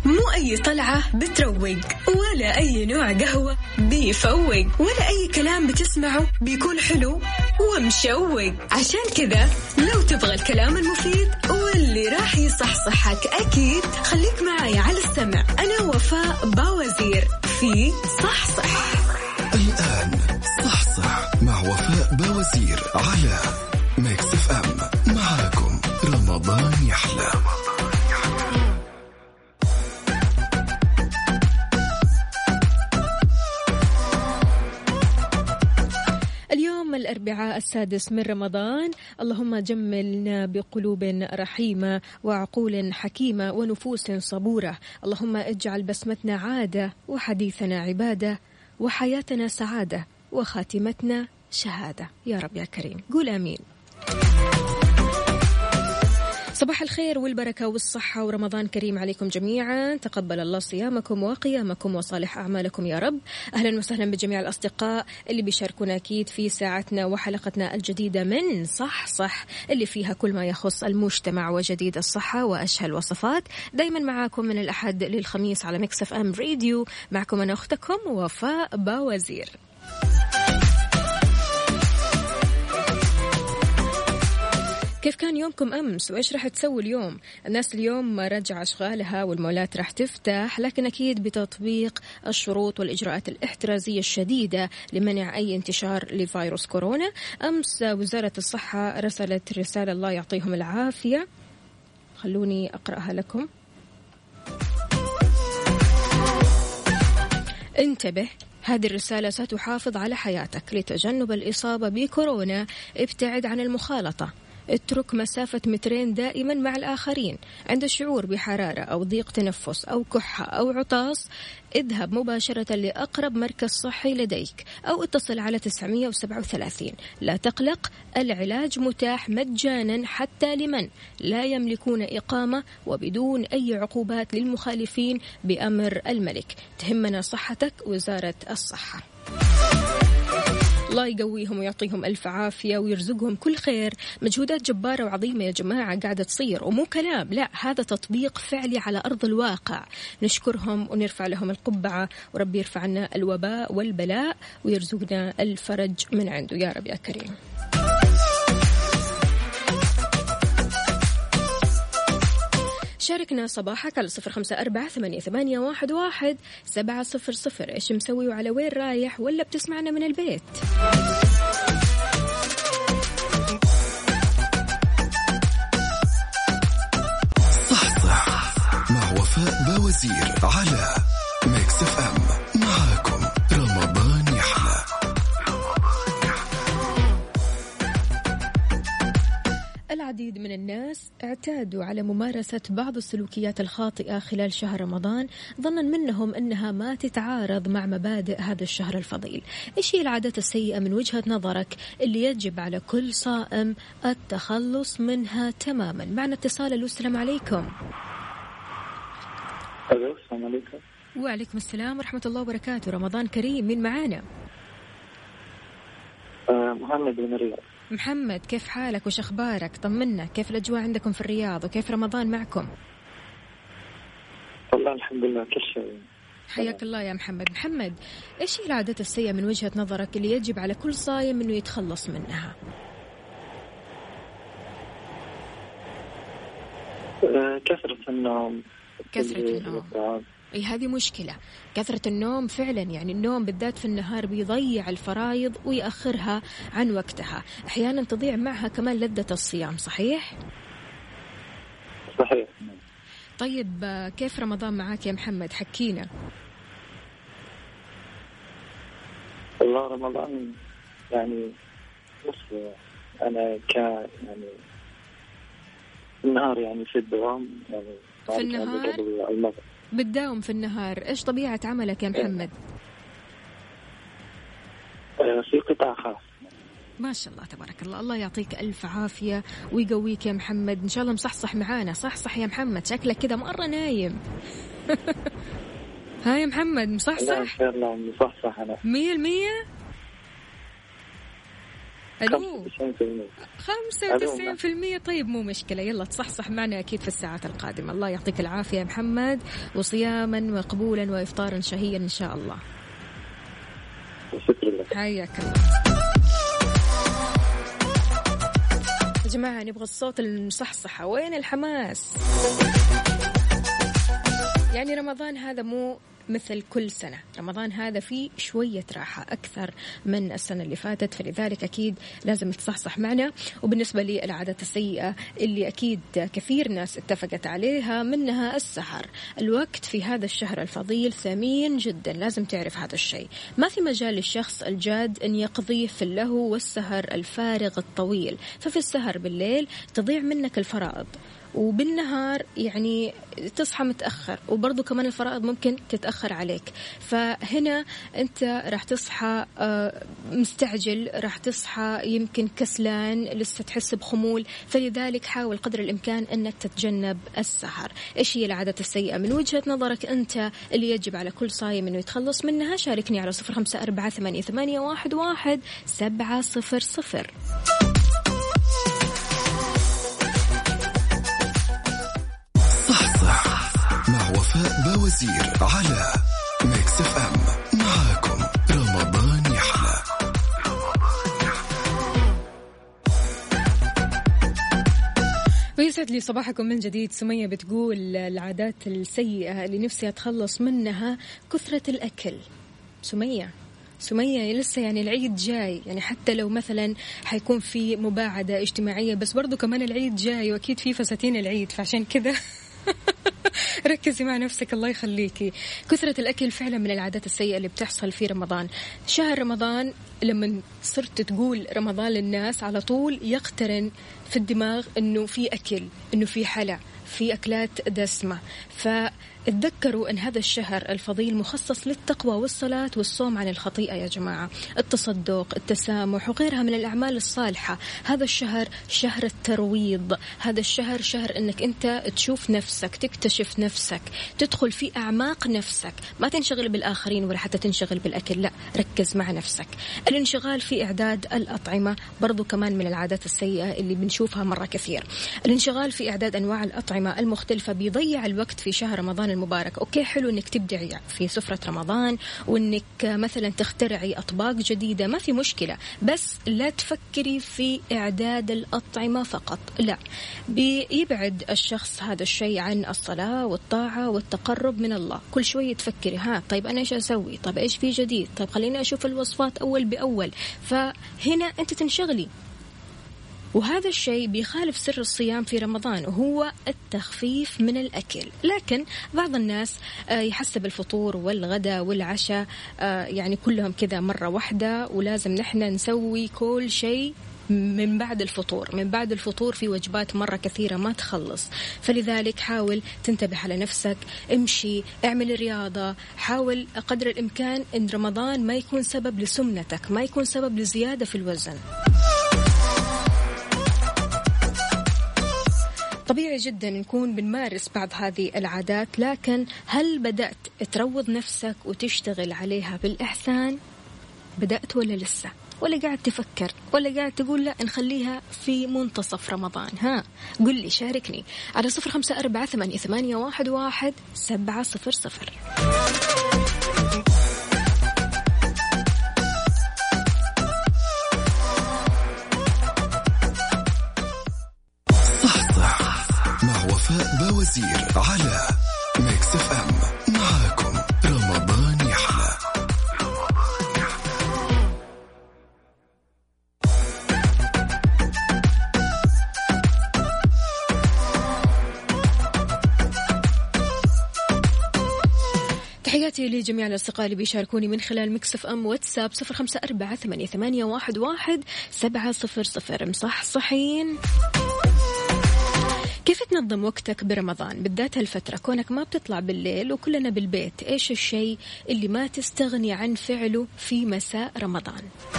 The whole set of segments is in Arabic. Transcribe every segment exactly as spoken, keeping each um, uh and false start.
مو أي طلعة بتروق، ولا أي نوع قهوة بيفوق، ولا أي كلام بتسمعه بيكون حلو ومشوق. عشان كذا لو تبغى الكلام المفيد واللي راح يصحصحك أكيد خليك معي على السمع. أنا وفاء باوزير في صحصح. الآن صحصح مع وفاء باوزير على ميكس اف ام. معاكم رمضان يحلى. اليوم الأربعاء السادس من رمضان، اللهم جملنا بقلوب رحيمة وعقول حكيمة ونفوس صبورة. اللهم اجعل بسمتنا عادة وحديثنا عبادة وحياتنا سعادة وخاتمتنا شهادة يا رب يا كريم. قول آمين. صباح الخير والبركة والصحة ورمضان كريم عليكم جميعا. تقبل الله صيامكم وقيامكم وصالح أعمالكم يا رب. أهلا وسهلا بجميع الأصدقاء اللي بيشاركونا أكيد في ساعتنا وحلقتنا الجديدة من صح صح، اللي فيها كل ما يخص المجتمع وجديد الصحة وأشهى الوصفات. دايما معاكم من الأحد للخميس على ميكس اف ام راديو. معكم أنا أختكم وفاء باوزير. كيف كان يومكم أمس وإيش راح تسوي اليوم؟ الناس اليوم رجع أشغالها والمولات راح تفتح، لكن أكيد بتطبيق الشروط والإجراءات الاحترازية الشديدة لمنع أي انتشار لفيروس كورونا. أمس وزارة الصحة رسلت رسالة، الله يعطيهم العافية، خلوني أقرأها لكم. انتبه، هذه الرسالة ستحافظ على حياتك. لتجنب الإصابة بكورونا ابتعد عن المخالطة، اترك مسافة مترين دائما مع الآخرين. عند الشعور بحرارة أو ضيق تنفس أو كحة أو عطاس اذهب مباشرة لأقرب مركز صحي لديك أو اتصل على تسعمية وسبعة وثلاثين. لا تقلق، العلاج متاح مجانا حتى لمن لا يملكون إقامة وبدون أي عقوبات للمخالفين بأمر الملك. تهمنا صحتك، وزارة الصحة. الله يقويهم ويعطيهم ألف عافية ويرزقهم كل خير. مجهودات جبارة وعظيمة يا جماعة قاعدة تصير، ومو كلام، لا، هذا تطبيق فعلي على أرض الواقع. نشكرهم ونرفع لهم القبعة، وربي يرفع عنا الوباء والبلاء ويرزقنا الفرج من عنده يا رب يا كريم. شاركنا صباحك على صفر خمسة أربعة ثمانية ثمانية واحد واحد سبعة صفر صفر. إيش مسوي وعلى وين رايح، ولا بتسمعنا من البيت؟ صح صح مع وفاء باوزير على ميكس اف ام. معاكم رمضان يحلى. العديد من الناس اعتادوا على ممارسة بعض السلوكيات الخاطئة خلال شهر رمضان، ظنا منهم أنها ما تتعارض مع مبادئ هذا الشهر الفضيل. إيش هي العادات السيئة من وجهة نظرك اللي يجب على كل صائم التخلص منها تماما؟ معنا اتصال. السلام عليكم. السلام عليكم. وعليكم السلام ورحمة الله وبركاته. رمضان كريم. مين معانا؟ أه محمد بن الرياض. محمد، كيف حالك وش أخبارك؟ طمنا، كيف الأجواء عندكم في الرياض وكيف رمضان معكم؟ والله الحمد لله كل شيء. حياك الله يا محمد. محمد، إيش هي العادات السيئة من وجهة نظرك اللي يجب على كل صايم إنه يتخلص منها؟ أه كثرة النوم. كثرة النوم، أي هذه مشكلة. كثرة النوم فعلا، يعني النوم بالذات في النهار بيضيع الفرائض ويأخرها عن وقتها. أحيانا تضيع معها كمان لذة الصيام. صحيح؟ صحيح. طيب كيف رمضان معاك يا محمد؟ حكينا. والله رمضان يعني بص، أنا ك يعني النهار يعني في الدوام، يعني في النهار بتداوم في النهار. إيش طبيعة عملك يا محمد؟ في قطاع خاص. ما شاء الله تبارك الله، الله يعطيك ألف عافية ويقويك يا محمد. إن شاء الله مصحصح معانا. صح صح يا محمد، شكلك كده مرة نايم. ها يا محمد مصحصح؟ إن شاء الله مصحصح أنا مية المية. ألو خمسة وتسعين بالمية. طيب مو مشكلة، يلا تصحصح معنا أكيد في الساعات القادمة. الله يعطيك العافية يا محمد، وصياما مقبولا وإفطارا شهيا إن شاء الله. شكرا لك. حياك الله. يا جماعة نبغى الصوت المصحصحة، وين الحماس؟ يعني رمضان هذا مو مثل كل سنة، رمضان هذا فيه شوية راحة أكثر من السنة اللي فاتت، فلذلك أكيد لازم تصحصح معنا. وبالنسبة لي العادات السيئة اللي أكيد كثير ناس اتفقت عليها منها السهر. الوقت في هذا الشهر الفضيل ثمين جدا، لازم تعرف هذا الشيء. ما في مجال للشخص الجاد أن يقضيه في اللهو والسهر الفارغ الطويل، ففي السهر بالليل تضيع منك الفرائض، وبالنهار يعني تصحى متأخر، وبرضو كمان الفرائض ممكن تتأخر عليك. فهنا أنت راح تصحى مستعجل، راح تصحى يمكن كسلان، لسه تحس بخمول. فلذلك حاول قدر الإمكان أنك تتجنب السهر. إيش هي العادات السيئة من وجهة نظرك أنت اللي يجب على كل صايم أنه يتخلص منها؟ شاركني على صفر خمسة أربعة ثمانية ثمانية واحد واحد سبعة صفر صفر. مع وفاء باوزير على ميكس اف ام. معاكم رمضان يحلى. ويسعد لي صباحكم من جديد. سمية بتقول العادات السيئة اللي نفسي أتخلص منها كثرة الأكل. سمية سمية لسه يعني العيد جاي، يعني حتى لو مثلا حيكون في مباعدة اجتماعية، بس برضو كمان العيد جاي وأكيد في فساتين العيد، فعشان كذا ركزي مع نفسك الله يخليكي. كثرة الأكل فعلا من العادات السيئة اللي بتحصل في رمضان. شهر رمضان لما صرت تقول رمضان للناس على طول يقترن في الدماغ إنه في أكل، إنه في حلا، في أكلات دسمة. فتذكروا أن هذا الشهر الفضيل مخصص للتقوى والصلاة والصوم عن الخطيئة يا جماعة، التصدق، التسامح وغيرها من الأعمال الصالحة. هذا الشهر شهر الترويض، هذا الشهر شهر أنك أنت تشوف نفسك، تكتشف نفسك، تدخل في أعماق نفسك، ما تنشغل بالآخرين ولا حتى تنشغل بالأكل، لا ركز مع نفسك. الانشغال في إعداد الأطعمة برضو كمان من العادات السيئة اللي بنشوفها مرة كثير. الانشغال في إعداد أنواع الأطعمة المختلفة بيضيع الوقت في شهر رمضان المبارك. أوكي حلو إنك تبدعي في سفرة رمضان وإنك مثلا تخترعي أطباق جديدة، ما في مشكلة، بس لا تفكري في إعداد الأطعمة فقط، لا. بيبعد الشخص هذا الشيء عن الصلاة والطاعة والتقرب من الله. كل شوية تفكري ها طيب أنا إيش أسوي، طيب إيش في جديد، طيب خليني أشوف الوصفات أول بأول. فهنا أنت تنشغلي، وهذا الشيء بيخالف سر الصيام في رمضان، وهو التخفيف من الأكل. لكن بعض الناس يحسب الفطور والغداء والعشاء يعني كلهم كذا مرة واحدة، ولازم نحن نسوي كل شيء من بعد الفطور. من بعد الفطور في وجبات مرة كثيرة ما تخلص. فلذلك حاول تنتبه على نفسك، امشي، اعمل رياضة، حاول قدر الإمكان إن رمضان ما يكون سبب لسمنتك، ما يكون سبب لزيادة في الوزن. طبيعي جدا نكون بنمارس بعض هذه العادات، لكن هل بدأت تروض نفسك وتشتغل عليها بالإحسان؟ بدأت ولا لسه؟ ولا قاعد تفكر؟ ولا قاعد تقول لا نخليها في منتصف رمضان؟ ها قل لي، شاركني على صفر خمسة أربعة ثمانية ثمانية واحد واحد سبعة صفر صفر. وفاء باوزير على ميكس اف ام. معاكم رمضان يحلى. تحياتي لجميع الأصدقاء اللي بيشاركوني من خلال ميكس اف ام واتساب صفر خمسة أربعة ثمانية ثمانية واحد واحد سبعة صفر صفر. مصحصحين؟ كيف تنظم وقتك برمضان بالذات هالفترة، كونك ما بتطلع بالليل وكلنا بالبيت؟ إيش الشيء اللي ما تستغني عن فعله في مساء رمضان؟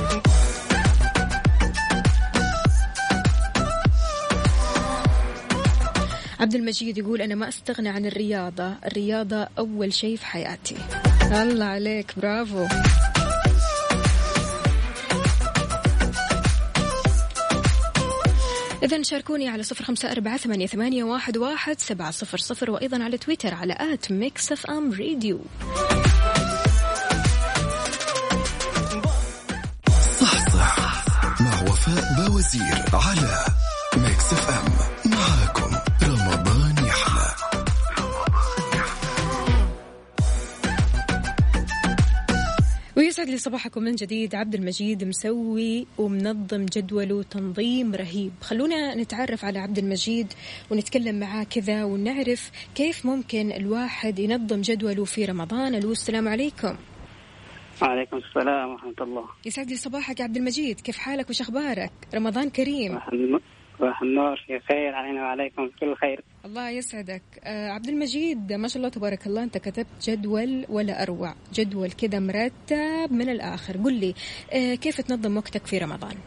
عبد المجيد يقول أنا ما أستغنى عن الرياضة، الرياضة أول شيء في حياتي. الله عليك، برافو. إذن شاركوني على صفر خمسة أربعة ثمانية ثمانية واحد واحد سبعة صفر صفر، وأيضا على تويتر على آت ميكس أف أم راديو. صح صح مع وفاء باوزير على ميكس أف أم. معاكم رمضان يحلى. ويسعد لي صباحكم من جديد. عبد المجيد مسوي ومنظم جدوله تنظيم رهيب. خلونا نتعرف على عبد المجيد ونتكلم معاه كذا ونعرف كيف ممكن الواحد ينظم جدوله في رمضان. ألو السلام عليكم. وعليكم السلام ورحمة الله. يسعد لي صباحك عبد المجيد، كيف حالك وش أخبارك؟ رمضان كريم. صباح النور، في خير علينا وعليكم كل خير. الله يسعدك. آه عبد المجيد ما شاء الله تبارك الله، أنت كتبت جدول ولا أروع، جدول كذا مرتب من الآخر. قل لي آه كيف تنظم وقتك في رمضان؟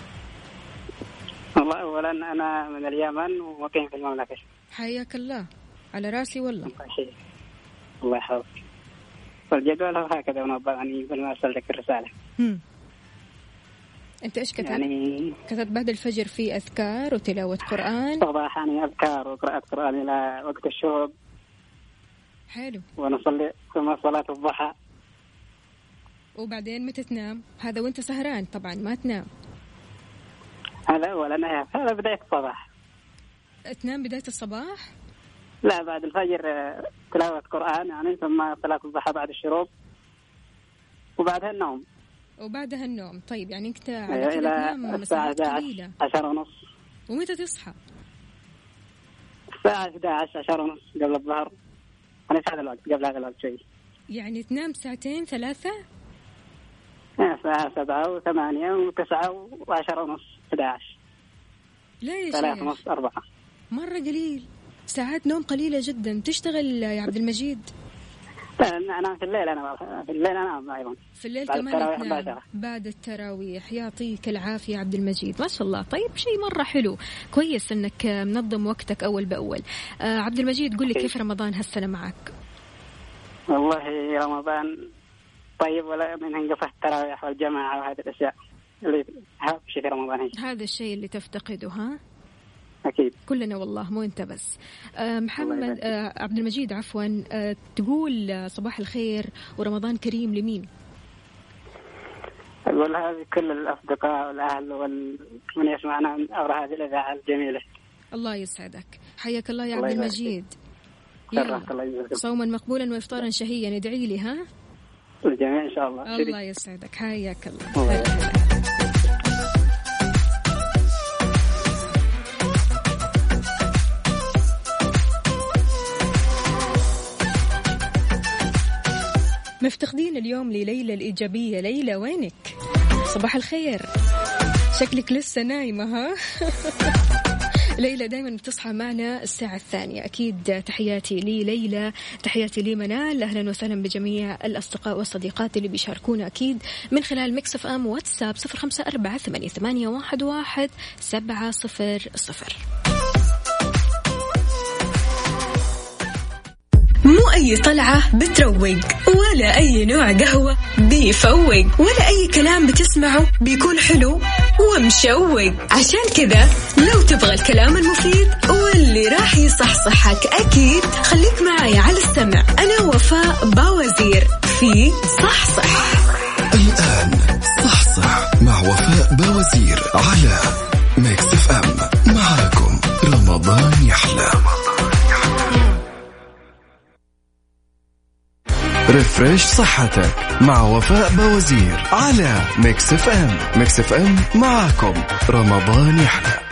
والله أولا أنا من اليمن ومقيم في المملكة. حياك الله، على راسي والله. الله يحفظك. والجدول هو هكذا منظم يعني قبل ما أرسلتك الرسالة. هم. أنت إيش كتبت؟ يعني كتبت بعد الفجر في أذكار وتلاوة قرآن. صباحا يعني أذكار وقراءة قرآن إلى وقت الشروق. حلو. ونصلي ثم صلاة الضحى. وبعدين متى تنام؟ هذا وأنت سهران طبعا ما تنام. هذا أولا، هذا بداية الصباح. تنام بداية الصباح؟ لا، بعد الفجر تلاوة قرآن يعني، ثم صلاة الضحى بعد الشروق، وبعدها النوم. وبعدها النوم. طيب يعني أنت على أيوة كذا تنام الساعة قليلة. عشرة ونص. ومتى تصحى؟ الساعة إحدى عشر عشرة ونص قبل الظهر. أنا في هذا الوقت، قبل هذا الوقت شوي. يعني تنام ساعتين ثلاثة؟ الساعة سبعة وثمانية وتسعة وعشرة ونص إحدى عشر. لا يا شيخ. ثلاثة ونص أربعة. مرة قليل، ساعات نوم قليلة جدا. تشتغل يا عبد المجيد؟ لا أنا في الليل، أنا في الليل أنا أيضا في الليل بعد كمان التراويح تنام بعد التراويح. يعطيك العافية عبد المجيد، ما شاء الله. طيب شيء مرة حلو، كويس أنك منظم وقتك أول بأول. آه عبد المجيد قل لي كيف رمضان هالسنة معك؟ والله رمضان طيب، ولا من هنقفة التراويح والجماعة وهذه الأشياء اللي هذا الشيء في رمضان. هي هذا الشيء اللي تفتقده ها؟ أكيد كلنا والله، مو أنت بس. آه محمد آه عبد المجيد عفوا، آه تقول آه صباح الخير ورمضان كريم لمين؟ أقول هذه كل الأصدقاء والأهل ومن يسمعنا من أور هذه الإذاعة الجميلة. الله يسعدك، حياك الله يا عبد المجيد. صوما مقبولا وإفطارا شهيا، ادعي لي ها؟ الجميع إن شاء الله. الله يسعدك، حياك الله. مفتقدين اليوم لليلى الإيجابية. ليلى وينك؟ صباح الخير، شكلك لسه نايمة ها؟ ليلى دايما بتصحى معنا الساعة الثانية. أكيد تحياتي لي ليلى، تحياتي لي منال، أهلا وسهلا بجميع الأصدقاء والصديقات اللي بيشاركونا أكيد من خلال ميكس أف أم واتساب صفر خمسة أربعة ثمانية ثمانية واحد واحد سبعة صفر صفر. مو أي طلعة بتروق، ولا أي نوع قهوة بيفوق، ولا أي كلام بتسمعه بيكون حلو ومشوق. عشان كذا لو تبغى الكلام المفيد واللي راح يصحصحك أكيد خليك معي على السمع. أنا وفاء باوزير في صحصح. الآن صحصح مع وفاء باوزير على ميكس أف أم. معاكم رمضان يحلى. ريفريش صحتك مع وفاء بوزير على ميكس اف ام. ميكس اف ام معاكم رمضان يحلى.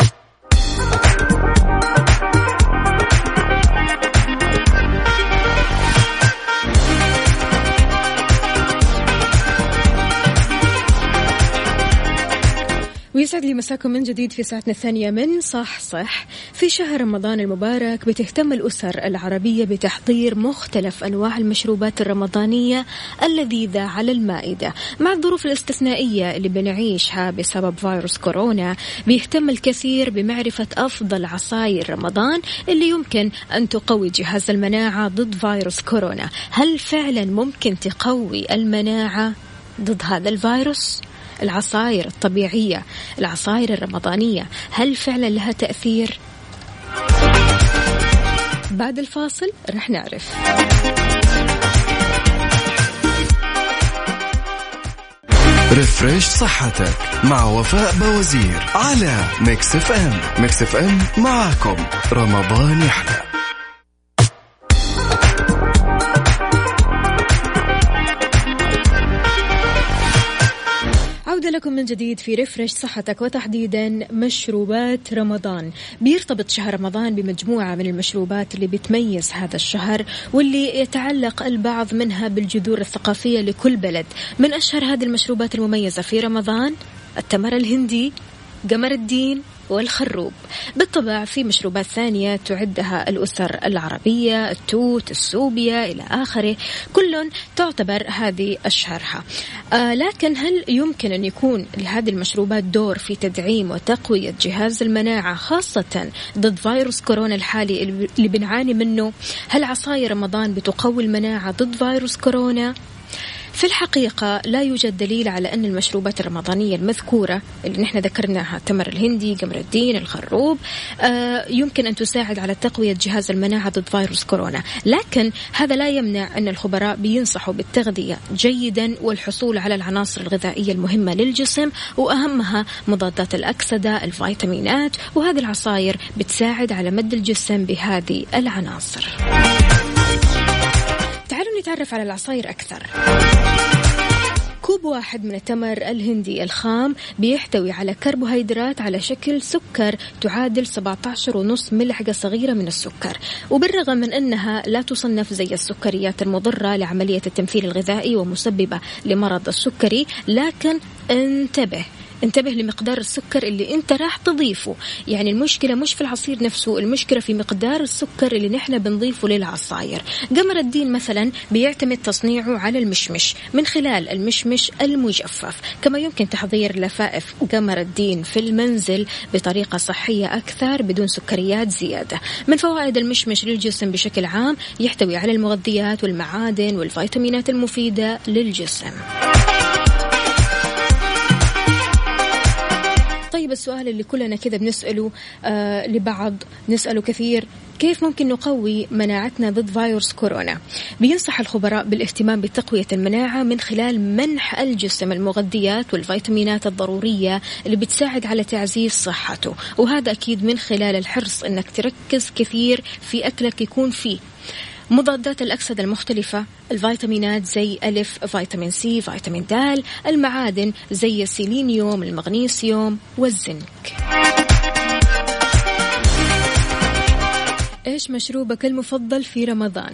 ويسعد لي مساكم من جديد في ساعتنا الثانية من صح صح. في شهر رمضان المبارك بتهتم الأسر العربية بتحضير مختلف أنواع المشروبات الرمضانية اللذيذة على المائدة. مع الظروف الاستثنائية اللي بنعيشها بسبب فيروس كورونا، بيهتم الكثير بمعرفة أفضل عصاير رمضان اللي يمكن أن تقوي جهاز المناعة ضد فيروس كورونا. هل فعلا ممكن تقوي المناعة ضد هذا الفيروس؟ العصائر الطبيعية، العصائر الرمضانية، هل فعلا لها تأثير؟ بعد الفاصل رح نعرف. ريفريش صحتك مع وفاء بوزير على ميكس اف ام. ميكس اف ام معكم رمضان يحلى. عودة لكم من جديد في ريفريش صحتك، وتحديدا مشروبات رمضان. بيرتبط شهر رمضان بمجموعة من المشروبات اللي بتميز هذا الشهر، واللي يتعلق البعض منها بالجذور الثقافية لكل بلد. من أشهر هذه المشروبات المميزة في رمضان التمر الهندي، قمر الدين، والخروب. بالطبع في مشروبات ثانية تعدها الأسر العربية، التوت، السوبيا إلى آخره، كل تعتبر هذه أشهرها. آه لكن هل يمكن أن يكون لهذه المشروبات دور في تدعيم وتقوية جهاز المناعة، خاصة ضد فيروس كورونا الحالي اللي بنعاني منه؟ هل عصاير رمضان بتقوي المناعة ضد فيروس كورونا؟ في الحقيقة لا يوجد دليل على أن المشروبات الرمضانية المذكورة اللي نحن ذكرناها، التمر الهندي، قمر الدين، الخروب، آه يمكن أن تساعد على تقوية جهاز المناعة ضد فيروس كورونا. لكن هذا لا يمنع أن الخبراء بينصحوا بالتغذية جيدا والحصول على العناصر الغذائية المهمة للجسم، وأهمها مضادات الأكسدة، الفيتامينات، وهذه العصائر بتساعد على مد الجسم بهذه العناصر. تعالوا نتعرف على العصائر أكثر. كوب واحد من التمر الهندي الخام بيحتوي على كربوهيدرات على شكل سكر تعادل سبعة عشر ونص ملعقة صغيرة من السكر، وبالرغم من أنها لا تصنف زي السكريات المضرة لعملية التمثيل الغذائي ومسببة لمرض السكري، لكن انتبه انتبه لمقدار السكر اللي انت راح تضيفه. يعني المشكلة مش في العصير نفسه، المشكلة في مقدار السكر اللي نحن بنضيفه للعصاير. قمر الدين مثلا بيعتمد تصنيعه على المشمش من خلال المشمش المجفف. كما يمكن تحضير لفائف قمر الدين في المنزل بطريقة صحية أكثر بدون سكريات زيادة. من فوائد المشمش للجسم بشكل عام يحتوي على المغذيات والمعادن والفيتامينات المفيدة للجسم. طيب السؤال اللي كلنا كذا بنسأله آه لبعض، نسأله كثير، كيف ممكن نقوي مناعتنا ضد فيروس كورونا؟ بينصح الخبراء بالاهتمام بتقوية المناعة من خلال منح الجسم المغذيات والفيتامينات الضرورية اللي بتساعد على تعزيز صحته، وهذا أكيد من خلال الحرص أنك تركز كثير في أكلك يكون فيه مضادات الأكسدة المختلفة، الفيتامينات زي ألف، فيتامين سي، فيتامين د، المعادن زي السيلينيوم، المغنيسيوم والزنك. إيش مشروبك المفضل في رمضان؟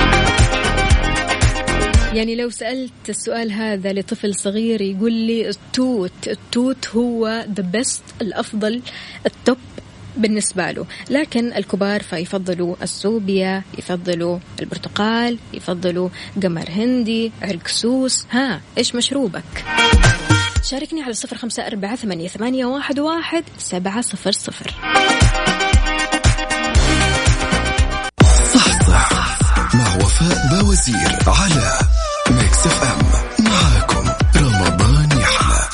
يعني لو سألت السؤال هذا لطفل صغير يقول لي التوت. التوت هو the best، الأفضل، التوب بالنسبة له. لكن الكبار فيفضلوا السوبيا، يفضلوا البرتقال، يفضلوا قمر هندي، عرقسوس. ها إيش مشروبك؟ شاركني على صفر خمسة أربعة ثمانية ثمانية واحد واحد سبعة صفر صفر. صح صح مع وفاء بوزير على ميكس اف ام. معاكم رمضان يحلى.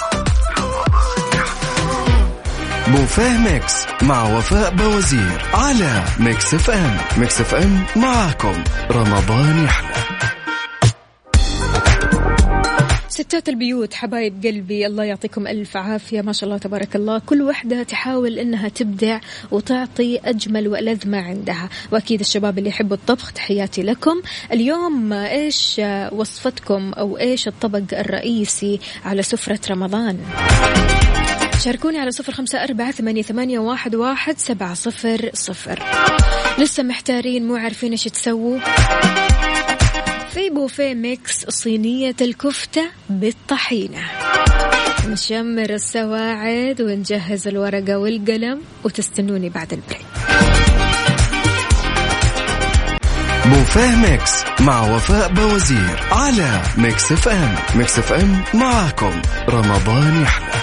بوفيه ميكس مع وفاء بوزير على ميكس اف ام. ميكس اف ام معاكم رمضان يحلى. ستات البيوت حبايب قلبي، الله يعطيكم ألف عافية، ما شاء الله تبارك الله، كل وحدة تحاول إنها تبدع وتعطي أجمل وألذ ما عندها. وأكيد الشباب اللي يحبوا الطبخ تحياتي لكم. اليوم إيش وصفتكم أو إيش الطبق الرئيسي على سفرة رمضان؟ شاركوني على صفر خمسة أربعة ثمانية ثمانية واحد واحد سبعة صفر صفر. لسه محتارين مو عارفين إيش تسووا؟ في بوفيه ميكس صينية الكفتة بالطحينة. نشمر السواعد ونجهز الورقة والقلم وتستنوني بعد البريك. بوفيه ميكس مع وفاء بوزير على ميكس اف ام. ميكس اف ام معاكم رمضان يحلى.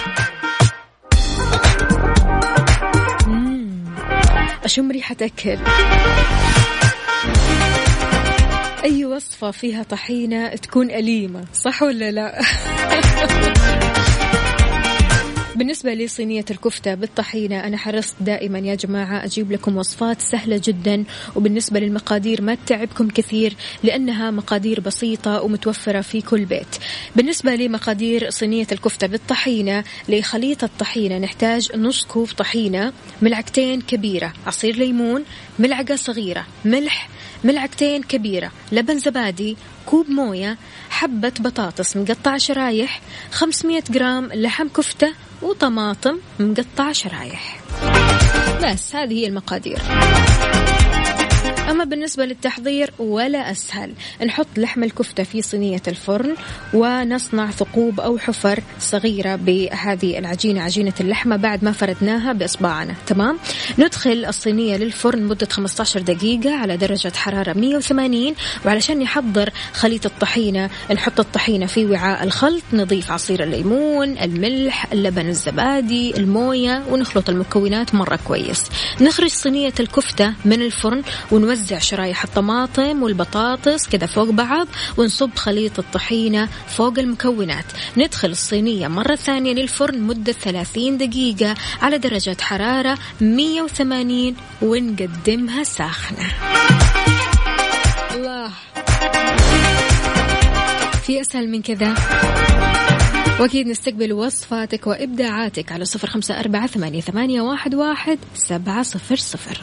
أشم ريحة أكل. أي وصفة فيها طحينة تكون أليمة، صح ولا لا؟ بالنسبة لصينية الكفتة بالطحينة أنا حرصت دائما يا جماعة أجيب لكم وصفات سهلة جدا، وبالنسبة للمقادير ما تتعبكم كثير لأنها مقادير بسيطة ومتوفرة في كل بيت. بالنسبة لمقادير صينية الكفتة بالطحينة، لخليط الطحينة نحتاج نص كوب طحينة، ملعقتين كبيرة عصير ليمون، ملعقة صغيرة ملح، ملعقتين كبيرة لبن زبادي، كوب موية، حبة بطاطس مقطعة شرايح، خمسمية جرام لحم كفتة، وطماطم مقطعة شرايح. بس هذه هي المقادير. أما بالنسبة للتحضير ولا أسهل، نحط لحم الكفتة في صينية الفرن ونصنع ثقوب أو حفر صغيرة بهذه العجينة، عجينة اللحمة بعد ما فردناها بإصبعنا. تمام. ندخل الصينية للفرن مدة خمسة عشر دقيقة على درجة حرارة مية وثمانين. وعلشان نحضر خليط الطحينة، نحط الطحينة في وعاء الخلط، نضيف عصير الليمون، الملح، اللبن الزبادي، الموية، ونخلط المكونات مرة كويس. نخرج صينية الكفتة من الفرن ونوزع نوزع شرايح الطماطم والبطاطس كده فوق بعض، ونصب خليط الطحينة فوق المكونات. ندخل الصينية مرة ثانية للفرن مدة ثلاثين دقيقة على درجة حرارة مية وثمانين، ونقدمها ساخنة. الله، في أسهل من كذا؟ وأكيد نستقبل وصفاتك وإبداعاتك على صفر خمسة أربعة ثمانية ثمانية واحد واحد سبعة صفر صفر.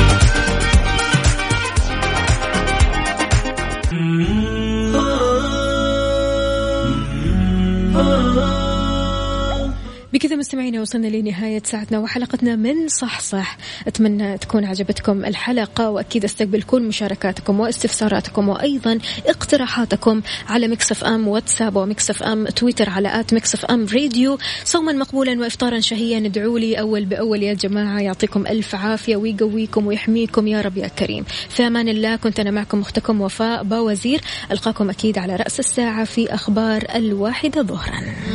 بكذا مستمعينا وصلنا لنهاية ساعتنا وحلقتنا من صح صح. أتمنى تكون عجبتكم الحلقة، وأكيد استقبل كل مشاركاتكم واستفساراتكم وأيضا اقتراحاتكم على ميكس اف ام واتساب وميكس اف ام تويتر على آت ميكس اف ام راديو. صوما مقبولا وإفطارا شهيا ندعوا لي أول بأول يا جماعة. يعطيكم ألف عافية ويقويكم ويحميكم يا رب يا كريم. في أمان الله. كنت أنا معكم أختكم وفاء باوزير. ألقاكم أكيد على رأس الساعة في أخبار الواحدة ظهرا.